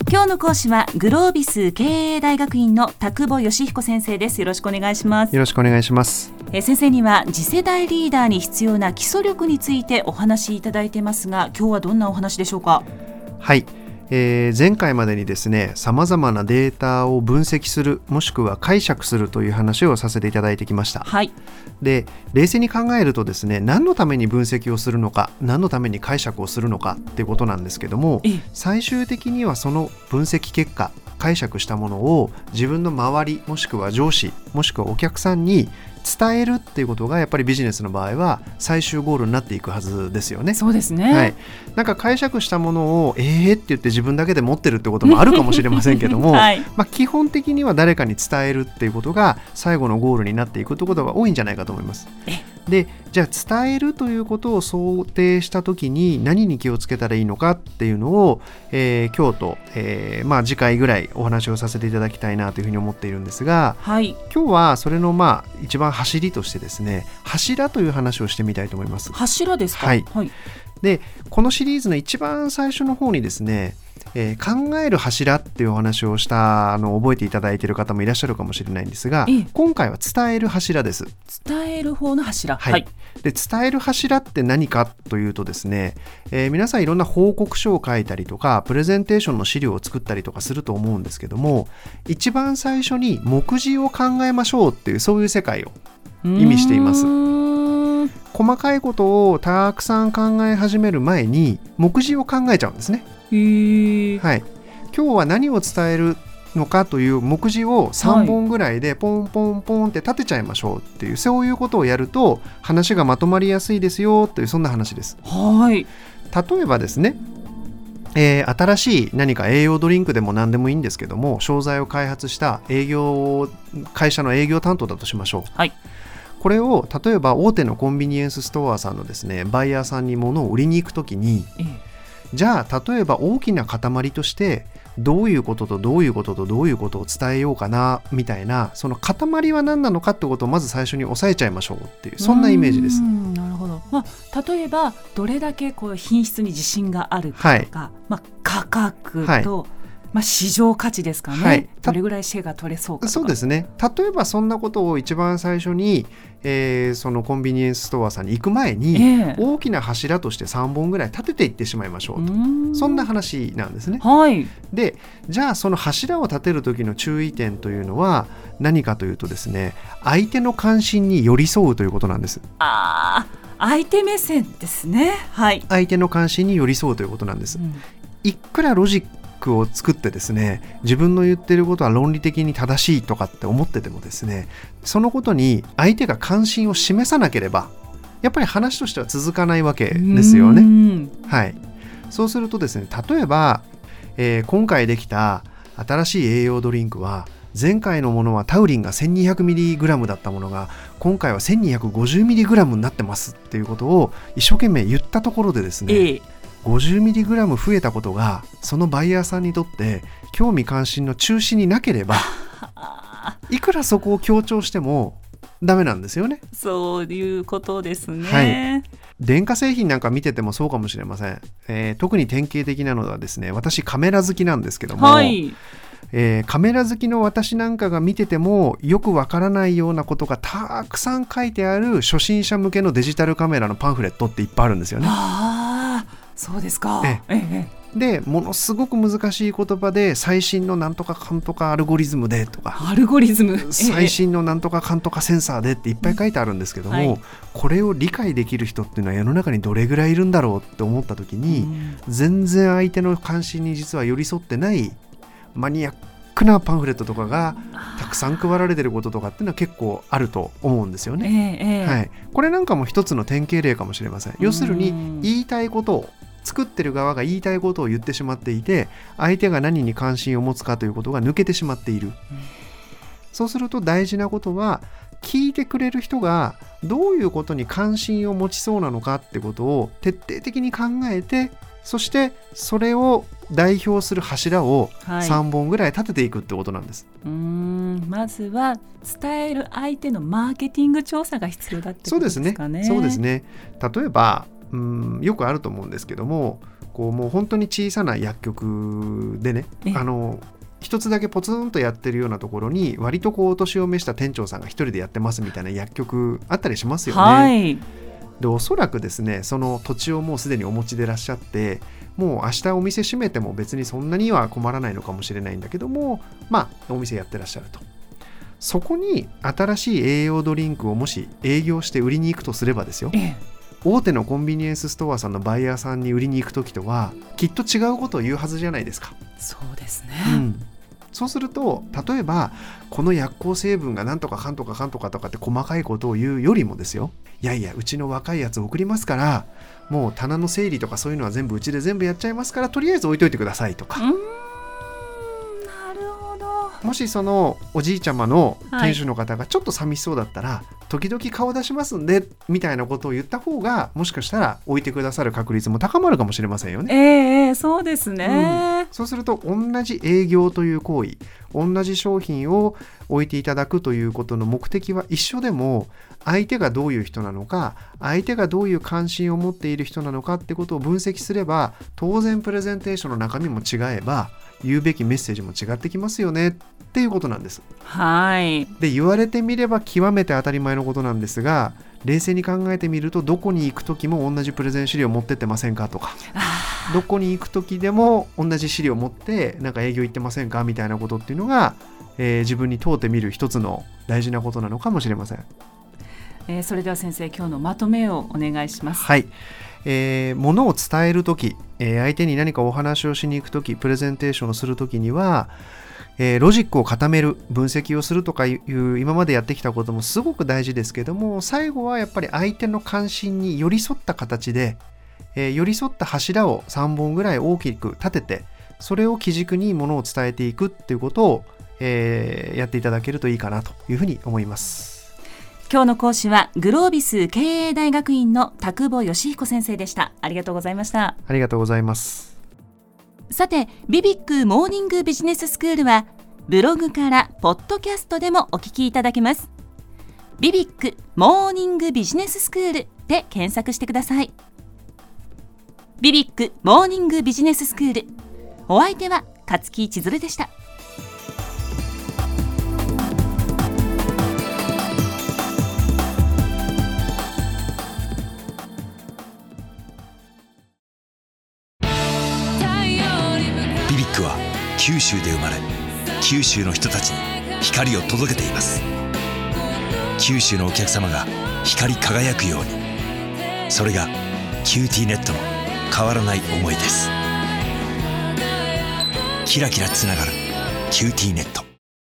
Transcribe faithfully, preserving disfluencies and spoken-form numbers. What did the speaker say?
今日の講師はグロービス経営大学院の田久保義彦先生です。よろしくお願いします。 よろしくお願いします。 え先生には次世代リーダーに必要な基礎力についてお話しいただいてますが、今日はどんなお話でしょうか？ はい、えー、前回までにですね、様々なデータを分析する、もしくは解釈するという話をさせていただいてきました。 はい。 で、冷静に考えるとですね、何のために分析をするのか、何のために解釈をするのかっていうことなんですけども、最終的にはその分析結果、解釈したものを自分の周り、もしくは上司、もしくはお客さんに伝えるっていうことがやっぱりビジネスの場合は最終ゴールになっていくはずですよね。 そうですね、 はい、なんか解釈したものをえーって言って自分だけで持ってるってこともあるかもしれませんけども、はい、まあ、基本的には誰かに伝えるっていうことが最後のゴールになっていくということが多いんじゃないかと思います。で、じゃあ伝えるということを想定したときに何に気をつけたらいいのかっていうのを、えー、今日と、えーまあ、次回ぐらいお話をさせていただきたいなというふうに思っているんですが、はい、今日はそれのまあ一番走りとしてですね、柱という話をしてみたいと思います。 柱ですか？ はい、はい、でこのシリーズの一番最初の方にですね、えー、考える柱っていうお話をしたのを覚えていただいている方もいらっしゃるかもしれないんですが、今回は伝える柱です。 伝える方の柱、 はいはい、で伝える柱って何かというとですね、えー、皆さんいろんな報告書を書いたりとかプレゼンテーションの資料を作ったりとかすると思うんですけども、一番最初に目次を考えましょうっていう、そういう世界を意味しています。細かいことをたくさん考え始める前に目次を考えちゃうんですね。へー、はい、今日は何を伝えるのかという目次をさんぼんぐらいでポンポンポンって立てちゃいましょうっていう、そういうことをやると話がまとまりやすいですよという、そんな話です。はい、例えばですね、えー、新しい何か栄養ドリンクでも何でもいいんですけども、商材を開発した営業会社の営業担当だとしましょう。はい、これを例えば大手のコンビニエンスストアさんのですね、バイヤーさんに物を売りに行くときに、ええ、じゃあ例えば大きな塊としてどういうこととどういうこととどういうことを伝えようかなみたいな、その塊は何なのかってことをまず最初に押さえちゃいましょうっていう、そんなイメージです。 なるほど、まあ、例えばどれだけこう品質に自信があるかとか、はい、まあ、価格と、はい、まあ、市場価値ですかね、はい、どれぐらいシェアが取れそうかとか。 そうですね、例えばそんなことを一番最初に、えー、そのコンビニエンスストアさんに行く前に、えー、大きな柱としてさんぼんぐらい立てていってしまいましょうと、うそんな話なんですね。はい、でじゃあその柱を立てる時の注意点というのは何かというとですね、相手の関心に寄り添うということなんです。 あー、相手目線ですね。はい、 相手の関心に寄り添うということなんです、うん、いくらロジックを作ってですね、自分の言ってることは論理的に正しいとかって思っててもですね、そのことに相手が関心を示さなければやっぱり話としては続かないわけですよね。はい、そうするとですね、例えば、えー、今回できた新しい栄養ドリンクは前回のものはタウリンが せんにひゃくミリグラム だったものが今回は せんにひゃくごじゅうミリグラム になってますっていうことを一生懸命言ったところでですね、ええ、ごじゅうミリグラム 増えたことがそのバイヤーさんにとって興味関心の中心になければいくらそこを強調してもダメなんですよね。 そういうことですね。 はい、電化製品なんか見ててもそうかもしれません、えー、特に典型的なのはですね、私カメラ好きなんですけども、はい、えー、カメラ好きの私なんかが見ててもよくわからないようなことがたくさん書いてある初心者向けのデジタルカメラのパンフレットっていっぱいあるんですよね。 あー、そうですか。 えええでものすごく難しい言葉で最新のなんとかかんとかアルゴリズムでとか、 アルゴリズム最新のなんとかかんとかセンサーでっていっぱい書いてあるんですけども、はい、これを理解できる人っていうのは世の中にどれぐらいいるんだろうって思った時に、うん、全然相手の関心に実は寄り添ってないマニアックなパンフレットとかがたくさん配られてることとかっていうのは結構あると思うんですよね。えーえーはい、これなんかも一つの典型例かもしれません。要するに言いたいことを作ってる側が言いたいことを言ってしまっていて、相手が何に関心を持つかということが抜けてしまっている。そうすると大事なことは聞いてくれる人がどういうことに関心を持ちそうなのかってことを徹底的に考えて、そしてそれを代表する柱をさんぼんぐらい立てていくってことなんです。 はい、うーんまずは伝える相手のマーケティング調査が必要だってことですかね。 そうですね。そうですね。例えばうーんよくあると思うんですけども、 こうもう本当に小さな薬局でね、あの一つだけポツンとやってるようなところに割とこうお年を召した店長さんが一人でやってますみたいな薬局あったりしますよね、はい、でおそらくですねその土地をもうすでにお持ちでいらっしゃって、もう明日お店閉めても別にそんなには困らないのかもしれないんだけども、まあお店やってらっしゃると。そこに新しい栄養ドリンクをもし営業して売りに行くとすればですよ、ええ、大手のコンビニエンスストアさんのバイヤーさんに売りに行くときとはきっと違うことを言うはずじゃないですか。 そうですね、 うん、そうすると例えばこの薬効成分がなんとかかんとかかんとかとかって細かいことを言うよりもですよ、いやいやうちの若いやつ送りますからもう棚の整理とかそういうのは全部うちで全部やっちゃいますからとりあえず置いといてくださいとか、 うーん、なるほど。 もしそのおじいちゃまの店主の方がちょっと寂しそうだったら、はい、時々顔出しますんでみたいなことを言った方がもしかしたら置いてくださる確率も高まるかもしれませんよね。 えー、そうですね、 うん、そうすると同じ営業という行為、同じ商品を置いていただくということの目的は一緒でも相手がどういう人なのか、相手がどういう関心を持っている人なのかってことを分析すれば当然プレゼンテーションの中身も違えば言うべきメッセージも違ってきますよねっていうことなんです。 はい。 で言われてみれば極めて当たり前のことなんですが、冷静に考えてみるとどこに行く時も同じプレゼン資料持ってってませんかとか、どこに行く時でも同じ資料持ってなんか営業行ってませんかみたいなことっていうのが、えー、自分に問うてみる一つの大事なことなのかもしれません。 えー、それでは先生、今日のまとめをお願いします。 はい、えー、物を伝えるとき、えー、相手に何かお話をしに行くとき、プレゼンテーションをするときには、えー、ロジックを固める、分析をするとかいう今までやってきたこともすごく大事ですけども、最後はやっぱり相手の関心に寄り添った形で、えー、寄り添った柱をさんぼんぐらい大きく立てて、それを基軸に物を伝えていくっていうことを、えー、やっていただけるといいかなというふうに思います。 今日の講師はグロービス経営大学院の田久保義彦先生でした。ありがとうございました。 ありがとうございます。 さて、ビビックモーニングビジネススクールはブログからポッドキャストでもお聞きいただけます。ビビックモーニングビジネススクールで検索してください。ビビックモーニングビジネススクール、お相手は勝木千鶴でした。 ビビックは九州で生まれ、九州の人たちに光を届けています。九州のお客様が光り輝くように、それがキューティーネットの変わらない思いです。キラキラつながるキューティーネット。